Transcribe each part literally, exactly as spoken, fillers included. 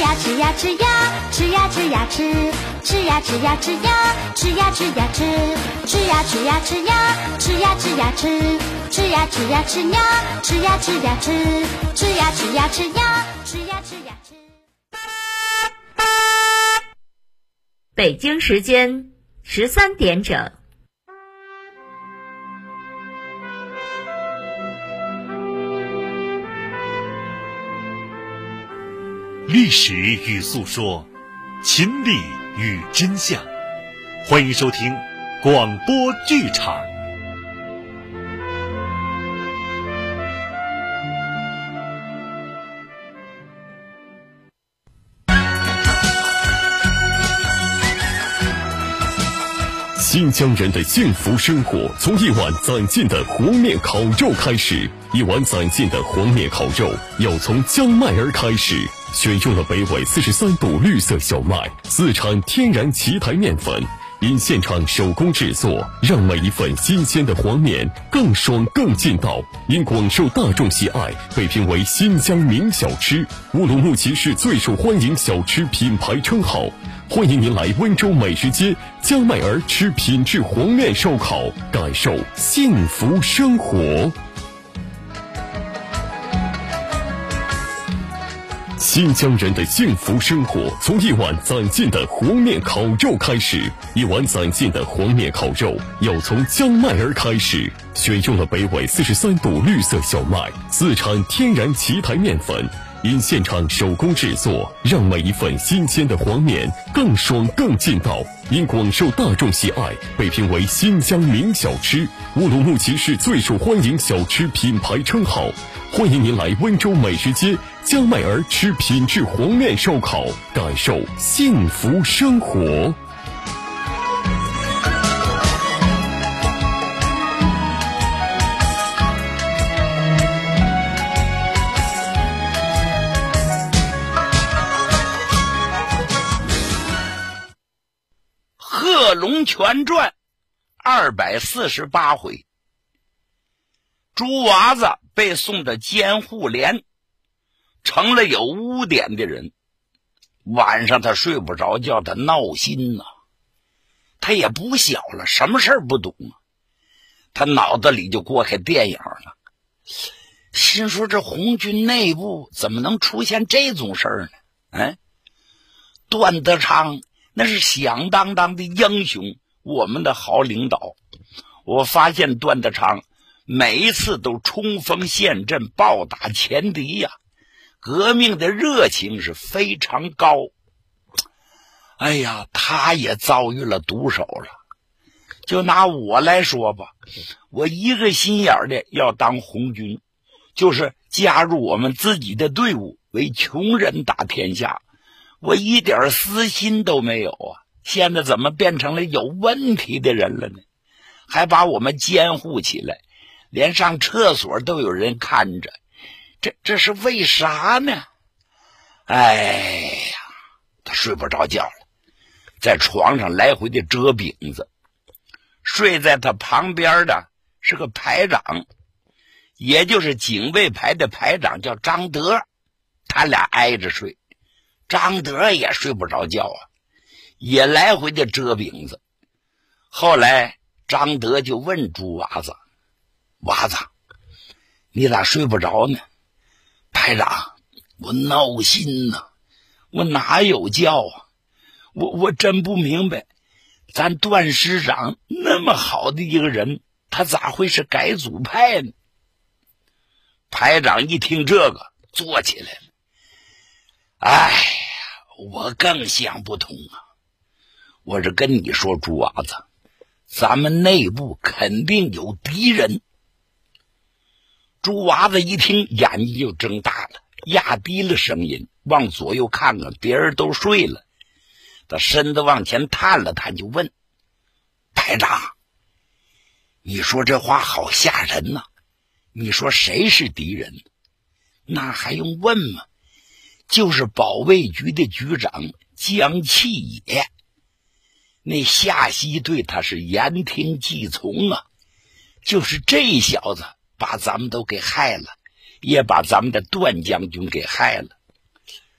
呀吃呀吃呀，吃呀吃呀吃，吃呀吃呀吃呀，吃呀吃呀吃，吃呀吃呀吃呀，吃呀吃呀吃，吃呀吃呀吃呀，吃呀吃呀吃，吃呀吃呀吃呀，吃呀吃呀吃。 北京时间十三点整。 历史与诉说，亲历与真相，欢迎收听广播剧场。 新疆人的幸福生活从一碗攒劲的黄面烤肉开始，一碗攒劲的黄面烤肉要从江麦儿开始。选用了北纬四十三度绿色小麦，自产天然奇台面粉，因现场手工制作，让每一份新鲜的黄面更爽更劲道。因广受大众喜爱，被评为新疆名小吃，乌鲁木齐市最受欢迎小吃品牌称号。欢迎您来温州美食街江麦儿吃品质黄面烧烤，感受幸福生活。新疆人的幸福生活从一碗攒劲的黄面烤肉开始，一碗攒劲的黄面烤肉要从江麦儿开始。选用了北纬四十三度绿色小麦，自产天然奇台面粉，因现场手工制作，让每一份新鲜的黄面更爽更劲道。因广受大众喜爱，被评为新疆名小吃，乌鲁木齐市最受欢迎小吃品牌称号。欢迎您来温州美食街江麦儿吃品质黄面烧烤，感受幸福生活。 《贺龙全传》二百四十八回，猪娃子被送到监护连，成了有污点的人。晚上他睡不着觉，他闹心呐、啊。他也不小了，什么事儿不懂啊？他脑子里就过开电影了，心说这红军内部怎么能出现这种事儿呢？哎，段德昌那是响当当的英雄，我们的好领导。我发现段德昌每一次都冲锋陷阵，暴打前敌呀、啊，革命的热情是非常高。哎呀，他也遭遇了毒手了。就拿我来说吧，我一个心眼的要当红军，就是加入我们自己的队伍，为穷人打天下。我一点私心都没有啊！现在怎么变成了有问题的人了呢？还把我们监护起来，连上厕所都有人看着，这这是为啥呢？哎呀，他睡不着觉了，在床上来回的折饼子。睡在他旁边的是个排长，也就是警卫排的排长，叫张德，他俩挨着睡。张德也睡不着觉啊，也来回的折饼子。后来张德就问猪娃子：“娃子，你咋睡不着呢？”排长，我闹心呐，我哪有觉啊？我我真不明白，咱段师长那么好的一个人，他咋会是改组派呢？排长一听这个，坐起来了。哎呀，我更想不通啊！我这跟你说，猪娃子，咱们内部肯定有敌人。猪娃子一听，眼睛就睁大了，压低了声音，往左右看看，别人都睡了。他身子往前探了探，就问排长：“你说这话好吓人呐、啊！你说谁是敌人？那还用问吗？就是保卫局的局长江启野。那夏曦对他是言听计从啊，就是这小子把咱们都给害了，也把咱们的段将军给害了。”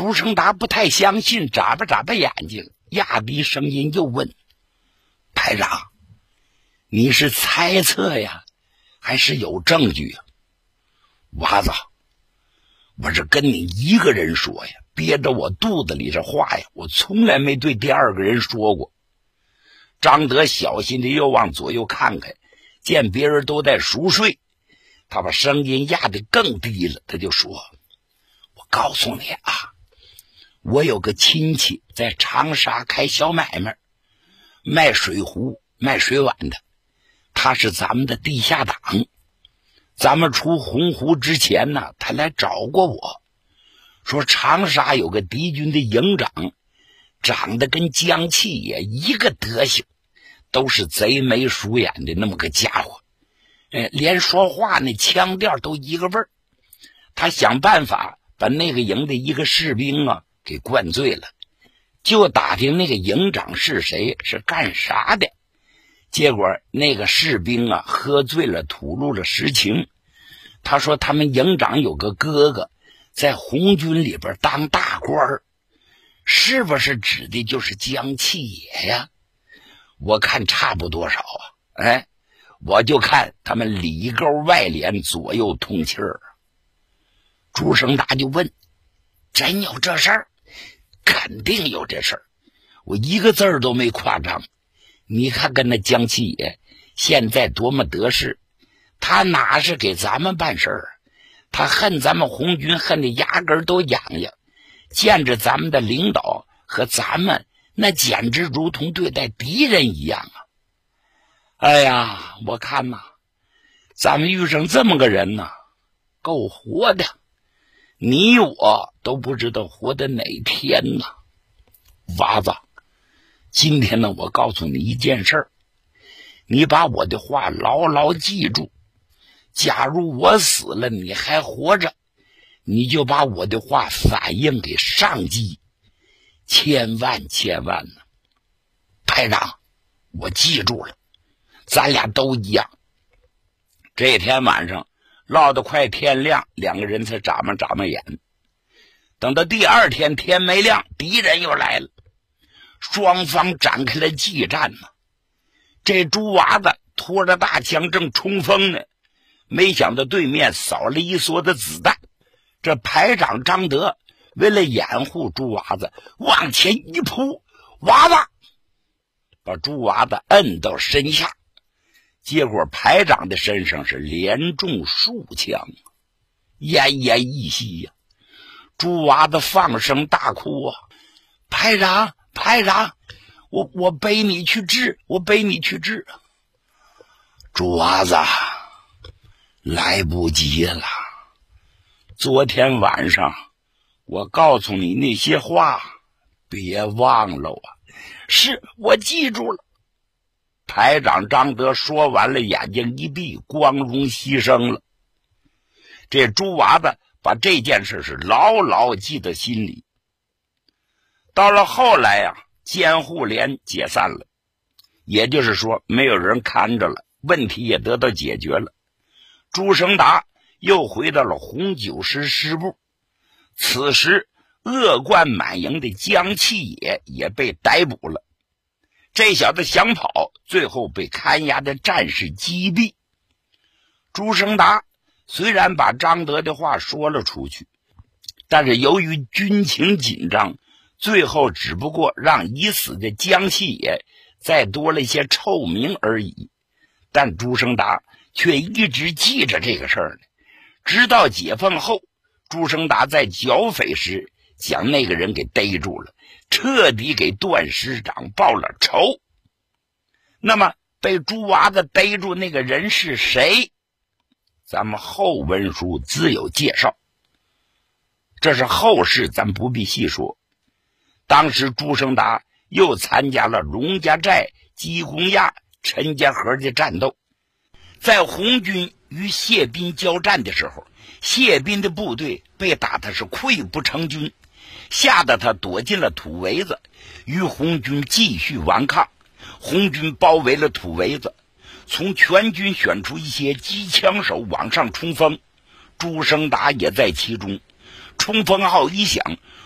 朱生达不太相信，眨巴眨巴眼睛，压低声音又问：排长，你是猜测呀，还是有证据呀？娃子，我是跟你一个人说呀，憋着我肚子里这话呀，我从来没对第二个人说过。张德小心的又往左右看看，见别人都在熟睡，他把声音压得更低了，他就说：我告诉你啊，我有个亲戚在长沙开小买卖，卖水壶卖水碗的，他是咱们的地下党。咱们出洪湖之前呢，他来找过我，说长沙有个敌军的营长，长得跟江七爷一个德行，都是贼眉鼠眼的那么个家伙，呃，连说话那腔调都一个味儿。他想办法把那个营的一个士兵啊给灌醉了，就打听那个营长是谁，是干啥的。结果那个士兵啊喝醉了，吐露了实情。他说他们营长有个哥哥在红军里边当大官，是不是指的就是江七爷呀？我看差不多少啊。哎，我就看他们里勾外连，左右通气儿。朱生达就问：真有这事儿？肯定有这事儿，我一个字儿都没夸张。你看跟那江七爷现在多么得势，他哪是给咱们办事儿，他恨咱们红军恨得牙根都痒痒，见着咱们的领导和咱们那简直如同对待敌人一样啊！哎呀，我看呐，咱们遇上这么个人呐，够活的，你我都不知道活到哪天呢。娃子，今天呢，我告诉你一件事儿，你把我的话牢牢记住。假如我死了你还活着，你就把我的话反映给上级，千万千万呢。排长，我记住了，咱俩都一样。这天晚上唠得快天亮，两个人才眨巴眨巴眼。等到第二天天没亮，敌人又来了，双方展开了激战呢。这猪娃子拖着大枪正冲锋呢，没想到对面扫了一梭子子弹。这排长张德为了掩护猪娃子，往前一扑，娃子把猪娃子摁到身下，结果排长的身上是连中数枪，奄奄一息呀、啊。猪娃子放声大哭啊！排长，排长，我我背你去治，我背你去治。猪娃子，来不及了。昨天晚上我告诉你那些话，别忘了啊！是，我记住了。排长张德说完了，眼睛一闭，光荣牺牲了。这猪娃子把这件事是牢牢记在心里。到了后来呀、啊，监护连解散了，也就是说没有人看着了，问题也得到解决了。朱生达又回到了红九师师部。此时恶贯满盈的江七爷也被逮捕了，这小子想跑，最后被看押的战士击毙。朱生达虽然把张德的话说了出去，但是由于军情紧张，最后只不过让已死的江七爷再多了一些臭名而已。但朱生达却一直记着这个事儿呢，直到解放后，朱生达在剿匪时将那个人给逮住了，彻底给段师长报了仇。那么被猪娃子逮住那个人是谁？咱们后文书自有介绍，这是后事，咱不必细说。当时朱生达又参加了荣家寨、鸡公垭、陈家河的战斗。在红军与谢斌交战的时候，谢斌的部队被打的是溃不成军，吓得他躲进了土围子，与红军继续顽抗。红军包围了土围子，从全军选出一些机枪手往上冲锋，朱生达也在其中。冲锋号一响，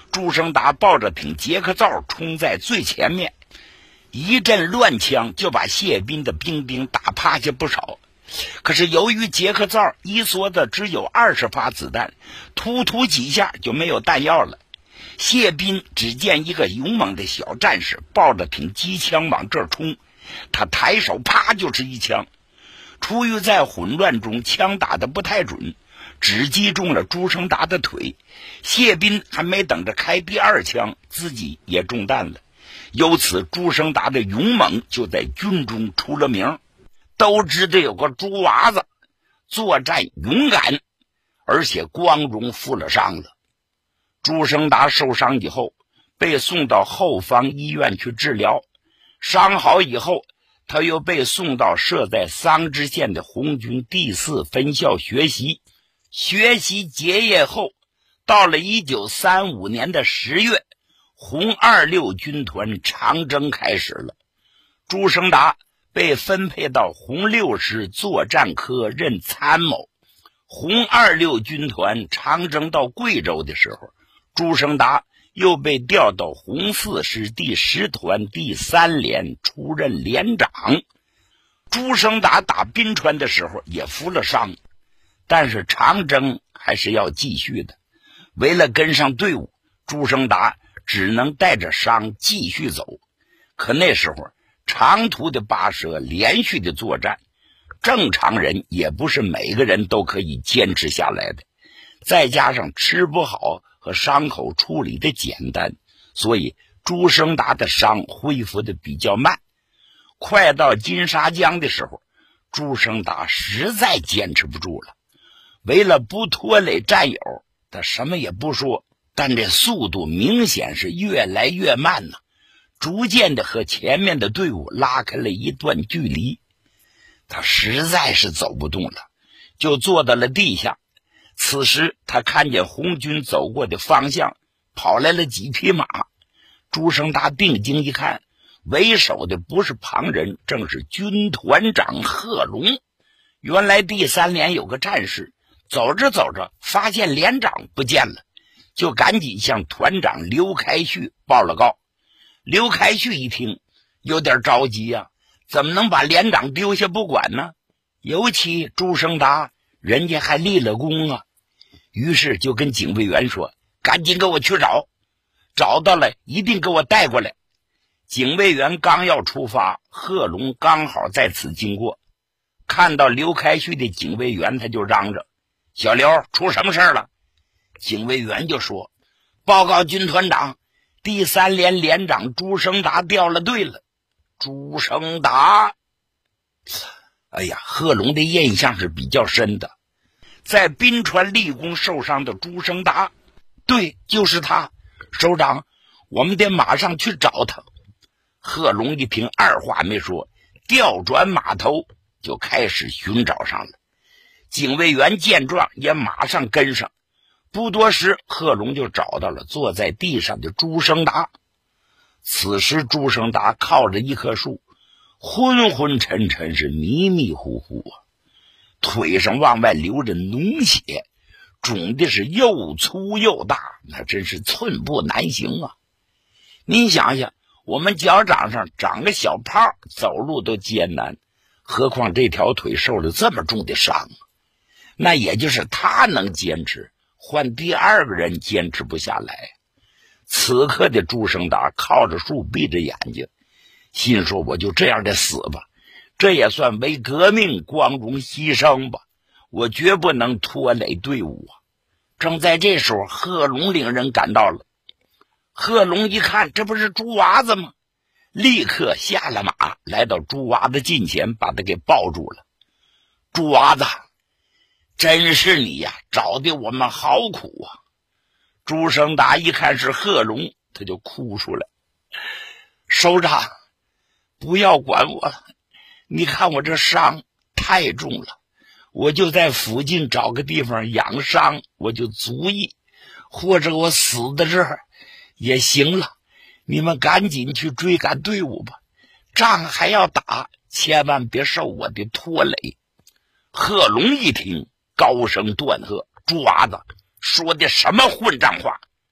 朱生达抱着挺杰克灶冲在最前面，一阵乱枪就把谢斌的兵丁打趴下不少。可是由于杰克灶一梭的只有二十发子弹，突突几下就没有弹药了。谢斌只见一个勇猛的小战士抱着挺机枪往这儿冲，他抬手啪就是一枪。出于在混乱中枪打得不太准，只击中了朱生达的腿。谢斌还没等着开第二枪，自己也中弹了。由此朱生达的勇猛就在军中出了名，都知道有个朱娃子作战勇敢，而且光荣负了伤了。朱生达受伤以后被送到后方医院去治疗，伤好以后他又被送到设在桑植县的红军第四分校学习。学习结业后，到了一九三五年的十月，红二六军团长征开始了。朱生达被分配到红六师作战科任参谋。红二六军团长征到贵州的时候，朱生达又被调到红四师第十团第三连出任连长。朱生达打宾川的时候也负了伤，但是长征还是要继续的。为了跟上队伍，朱生达只能带着伤继续走。可那时候长途的跋涉，连续的作战，正常人也不是每个人都可以坚持下来的。再加上吃不好和伤口处理的简单，所以朱生达的伤恢复的比较慢。快到金沙江的时候，朱生达实在坚持不住了。为了不拖累战友，他什么也不说，但这速度明显是越来越慢呢，逐渐的和前面的队伍拉开了一段距离。他实在是走不动了，就坐到了地下。此时他看见红军走过的方向跑来了几匹马。朱生达定睛一看，为首的不是旁人，正是军团长贺龙。原来第三连有个战士走着走着发现连长不见了，就赶紧向团长刘开旭报了告。刘开旭一听有点着急呀、啊，怎么能把连长丢下不管呢？尤其朱生达人家还立了功啊。于是就跟警卫员说，赶紧给我去找，找到了一定给我带过来。警卫员刚要出发，贺龙刚好在此经过，看到刘开旭的警卫员，他就嚷着，小刘，出什么事了？警卫员就说，报告军团长，第三连连长朱生达掉了队了。朱生达，哎呀，贺龙的印象是比较深的，在宾川立功受伤的朱生达，对，就是他。首长，我们得马上去找他。贺龙一听，二话没说，调转马头就开始寻找上了。警卫员见状也马上跟上。不多时，贺龙就找到了坐在地上的朱生达。此时朱生达靠着一棵树，昏昏沉沉，是迷迷糊糊啊，腿上往外流着脓血，肿的是又粗又大，那真是寸步难行啊。您想想，我们脚掌上长个小泡，走路都艰难，何况这条腿受了这么重的伤，那也就是他能坚持，换第二个人坚持不下来。此刻的朱生达靠着树闭着眼睛，心说我就这样的死吧，这也算为革命光荣牺牲吧，我绝不能拖累队伍啊。正在这时候，贺龙领人赶到了。贺龙一看，这不是朱娃子吗？立刻下了马，来到朱娃子近前，把他给抱住了。朱娃子，真是你呀，找的我们好苦啊。朱生达一看是贺龙，他就哭出来，首长，不要管我了，你看我这伤太重了，我就在附近找个地方养伤，我就足矣，或者我死在这儿也行了，你们赶紧去追赶队伍吧，仗还要打，千万别受我的拖累。贺龙一听，高声断喝，朱娃子说的什么混账话，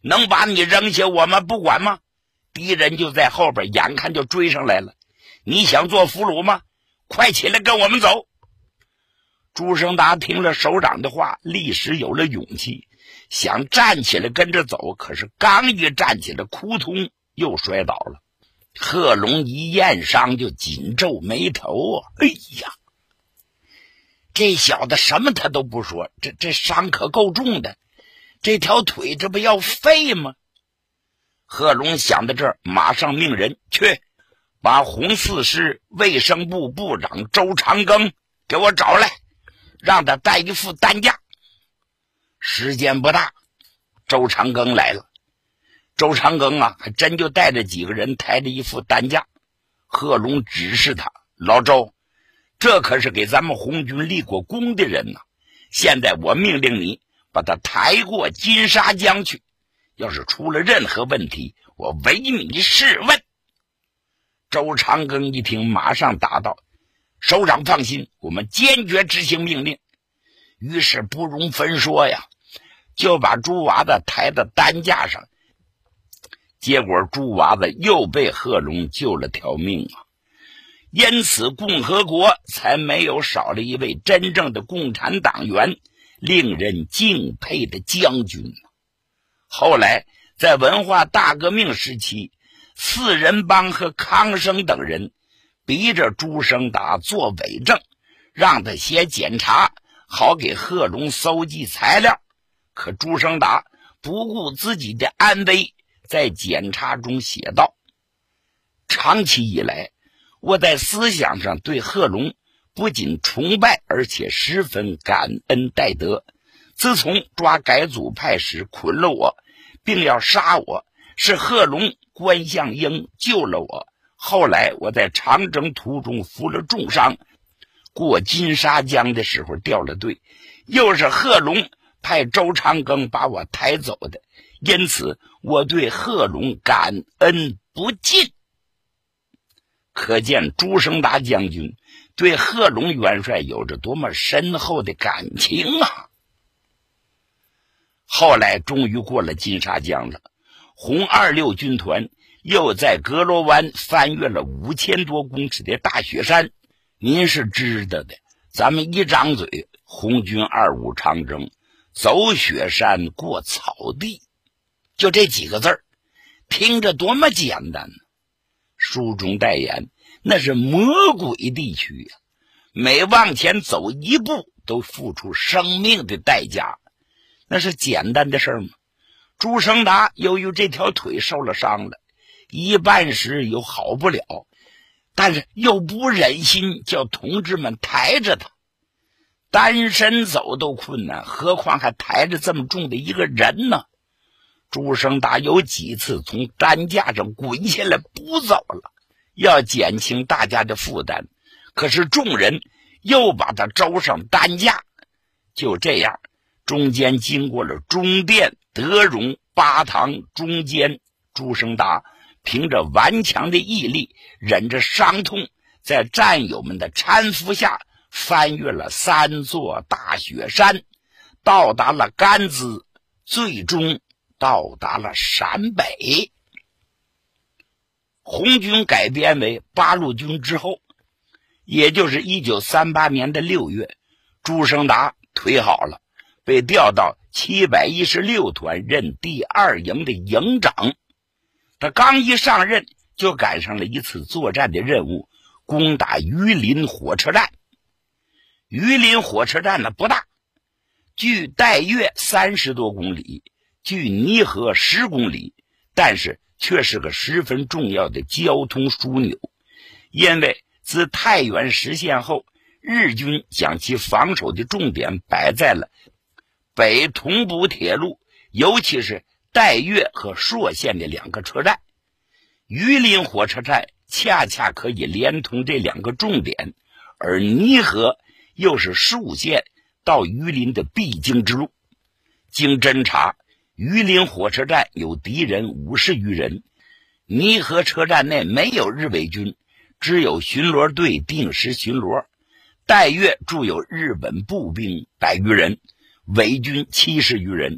能把你扔下我们不管吗？敌人就在后边，眼看就追上来了。你想做俘虏吗？快起来跟我们走！朱生达听了首长的话，立时有了勇气，想站起来跟着走，可是刚一站起来，扑通又摔倒了。贺龙一验伤就紧皱眉头啊！哎呀，这小子什么他都不说，这这伤可够重的，这条腿这不要废吗？贺龙想到这儿，马上命人去把红四师卫生部部长周长庚给我找来，让他带一副担架。时间不大，周长庚来了。周长庚啊，还真就带着几个人抬着一副担架。贺龙指示他，老周，这可是给咱们红军立过功的人呐、啊！现在我命令你把他抬过金沙江去，要是出了任何问题，我唯你是问。周长庚一听，马上答道：首长放心，我们坚决执行命令。于是不容分说呀，就把猪娃子抬到担架上。结果猪娃子又被贺龙救了条命啊！因此共和国才没有少了一位真正的共产党员，令人敬佩的将军。后来在文化大革命时期，四人帮和康生等人逼着朱生达做伪证，让他写检查，好给贺龙搜集材料。可朱生达不顾自己的安危，在检查中写道：长期以来，我在思想上对贺龙不仅崇拜，而且十分感恩戴德。自从抓改组派时捆了我，并要杀我，是贺龙、关向英救了我。后来我在长征途中负了重伤，过金沙江的时候掉了队，又是贺龙派周长庚把我抬走的，因此我对贺龙感恩不尽。可见朱生达将军对贺龙元帅有着多么深厚的感情啊！后来终于过了金沙江了，红二六军团又在阁罗湾翻越了五千多公尺的大雪山。您是知道的，咱们一张嘴，红军二五长征，走雪山过草地，就这几个字儿，听着多么简单呢！书中代言，那是魔鬼地区呀、啊，每往前走一步都付出生命的代价，那是简单的事吗？朱生达由于这条腿受了伤了，一半时又好不了，但是又不忍心叫同志们抬着他，单身走都困难，何况还抬着这么重的一个人呢？朱生达有几次从担架上滚下来不走了，要减轻大家的负担，可是众人又把他招上担架。就这样，中间经过了中甸、德荣、巴塘、中间，朱生达凭着顽强的毅力，忍着伤痛，在战友们的搀扶下翻越了三座大雪山，到达了甘孜，最终到达了陕北。红军改编为八路军之后，也就是一九三八年的六月，朱生达腿好了，被调到七百一十六团任第二营的营长。他刚一上任，就赶上了一次作战的任务，攻打榆林火车站。榆林火车站呢不大，距岱岳三十多公里，距泥河十公里，但是却是个十分重要的交通枢纽。因为自太原实现后，日军将其防守的重点摆在了北同蒲铁路，尤其是岱岳和朔县的两个车站。榆林火车站恰恰可以连通这两个重点，而泥河又是沭县到榆林的必经之路。经侦查，榆林火车站有敌人五十余人，泥河车站内没有日伪军，只有巡逻队定时巡逻。岱岳驻有日本步兵百余人，伪军七十余人，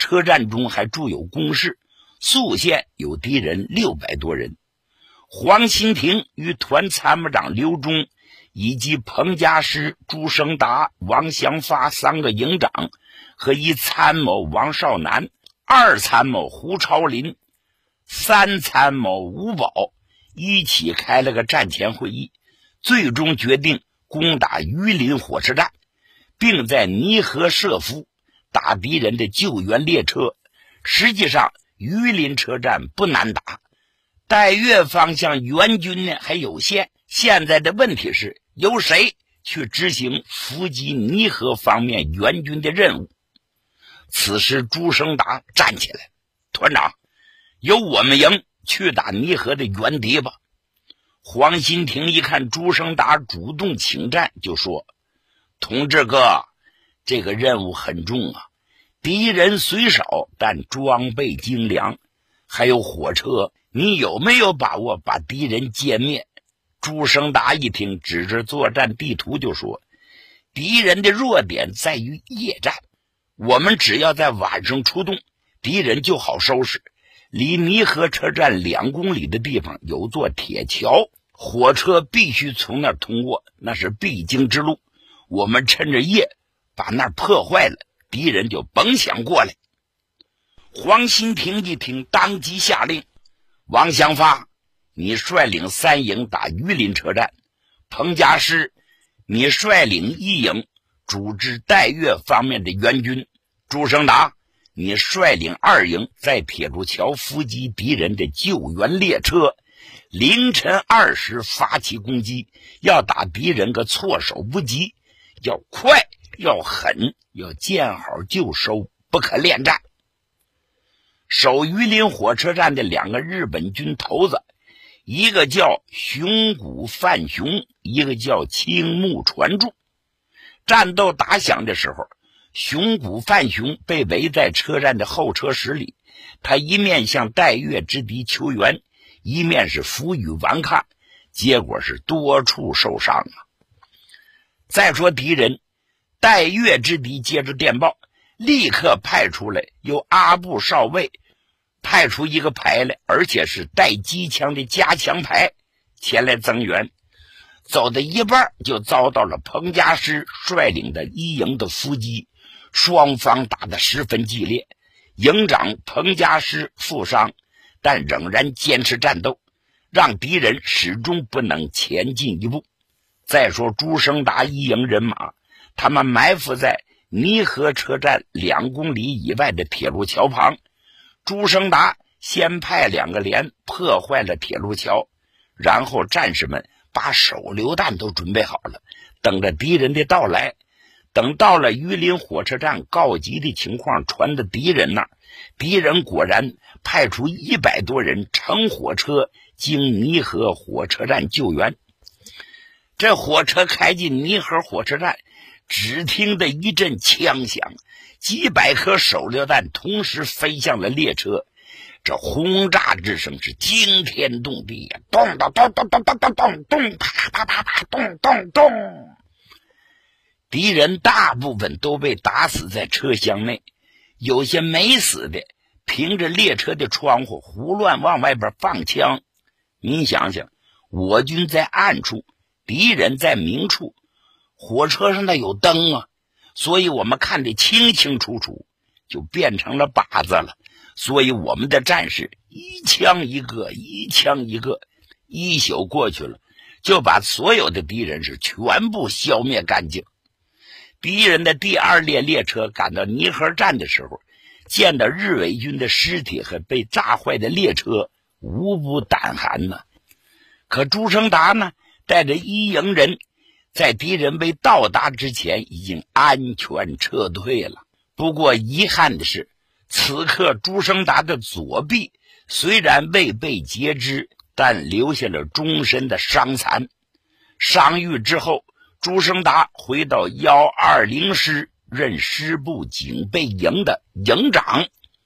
车站中还驻有工事，宿县有敌人六百多人。黄新亭与团参谋长刘忠以及彭家师、朱生达、王祥发三个营长和一参谋王少南、二参谋胡朝林、三参谋吴宝一起开了个战前会议，最终决定攻打榆林火车站，并在泥河设伏打敌人的救援列车。实际上榆林车站不难打，岱岳方向援军呢还有限，现在的问题是由谁去执行伏击泥河方面援军的任务。此时朱生达站起来，团长，由我们营去打泥河的援敌吧。黄新亭一看朱生达主动请战，就说，同志哥，这个任务很重啊，敌人虽少，但装备精良，还有火车，你有没有把握把敌人歼灭？朱生达一听，指着作战地图就说，敌人的弱点在于夜战，我们只要在晚上出动，敌人就好收拾。离泥河车站两公里的地方有座铁桥，火车必须从那儿通过，那是必经之路。我们趁着夜把那儿破坏了，敌人就甭想过来。黄新亭一听，当即下令，王祥发，你率领三营打榆林车站，彭家师，你率领一营组织岱岳方面的援军，朱生达，你率领二营在铁路桥伏击敌人的救援列车，凌晨二时发起攻击，要打敌人个措手不及，要快，要狠，要见好就收，不可恋战。守榆林火车站的两个日本军头子，一个叫熊谷范雄，一个叫青木传助。战斗打响的时候，熊谷范雄被围在车站的候车室里，他一面向岱岳之敌求援，一面是负隅顽抗，结果是多处受伤啊。再说敌人，岱岳之敌接着电报，立刻派出来由阿部少尉派出一个排来，而且是带机枪的加强排前来增援。走到一半就遭到了彭家师率领的一营的伏击，双方打得十分激烈，营长彭家师负伤，但仍然坚持战斗，让敌人始终不能前进一步。再说朱生达一营人马，他们埋伏在泥河车站两公里以外的铁路桥旁，朱生达先派两个连破坏了铁路桥，然后战士们把手榴弹都准备好了，等着敌人的到来。等到了榆林火车站，告急的情况传到敌人那儿，敌人果然派出一百多人乘火车经泥河火车站救援。这火车开进泥河火车站，只听得一阵枪响，几百颗手榴弹同时飞向了列车，这轰炸之声是惊天动地呀，咚咚咚咚咚咚咚咚咚，啪啪啪啪，咚咚咚。敌人大部分都被打死在车厢内，有些没死的凭着列车的窗户胡乱往外边放枪。您想想，我军在暗处，敌人在明处，火车上那有灯啊，所以我们看得清清楚楚，就变成了靶子了。所以我们的战士一枪一个，一枪一个，一宿过去了，就把所有的敌人是全部消灭干净。敌人的第二列列车赶到泥河站的时候，见到日伪军的尸体和被炸坏的列车，无不胆寒呐。可朱生达呢，带着一营人在敌人未到达之前已经安全撤退了。不过遗憾的是，此刻朱生达的左臂虽然未被截肢，但留下了终身的伤残。伤愈之后，朱生达回到一二零师，任师部警备营的营长。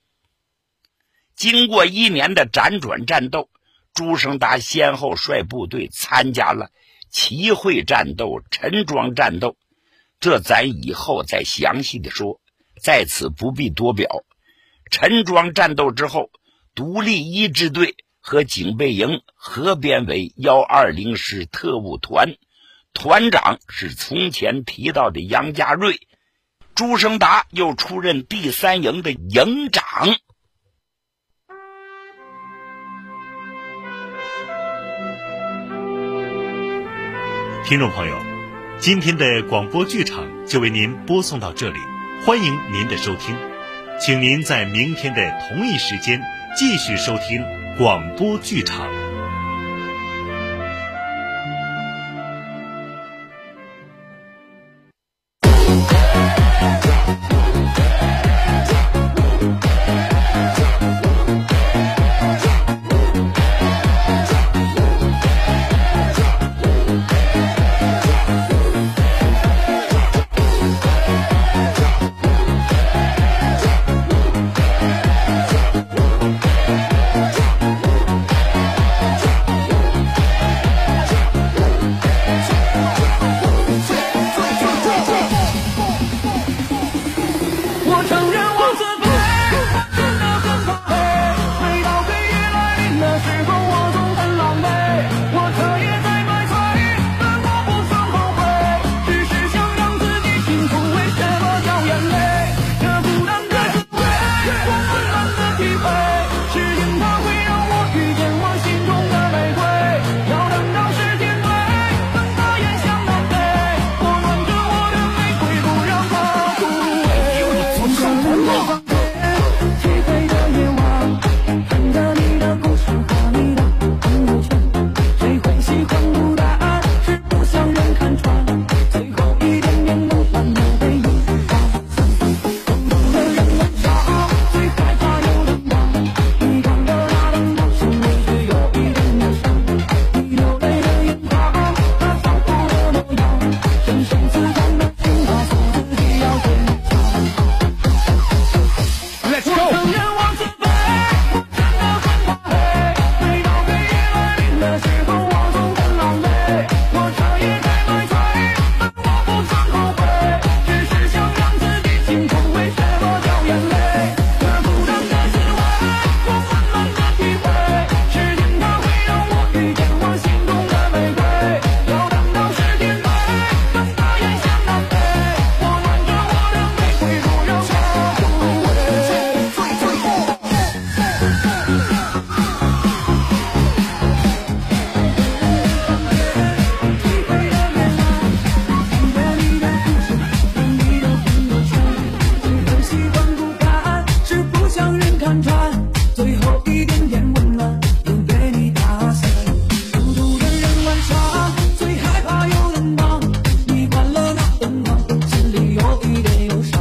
经过一年的辗转战斗，朱生达先后率部队参加了齐会战斗、陈庄战斗，这咱以后再详细的说，在此不必多表。 陈庄战斗之后，独立一支队和警备营合编为一二零师特务团，团长是从前提到的杨家瑞，朱生达又出任第三营的营长。 听众朋友，今天的广播剧场就为您播送到这里，欢迎您的收听，请您在明天的同一时间继续收听广播剧场。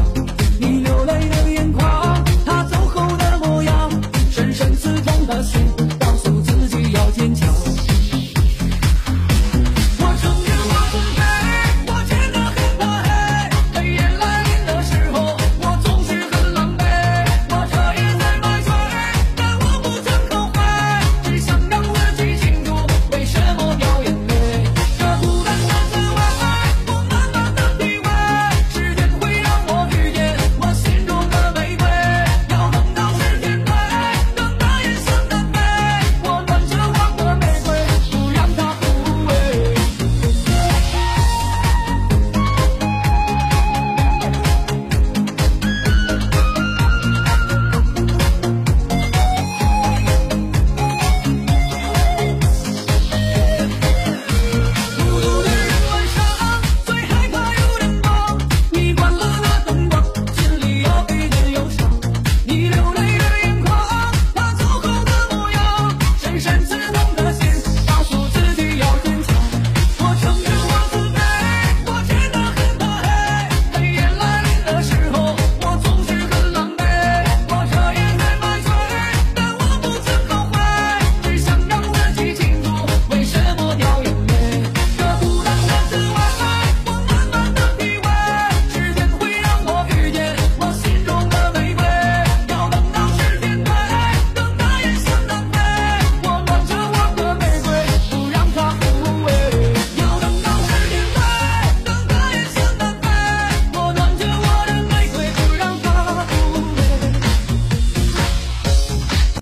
的心。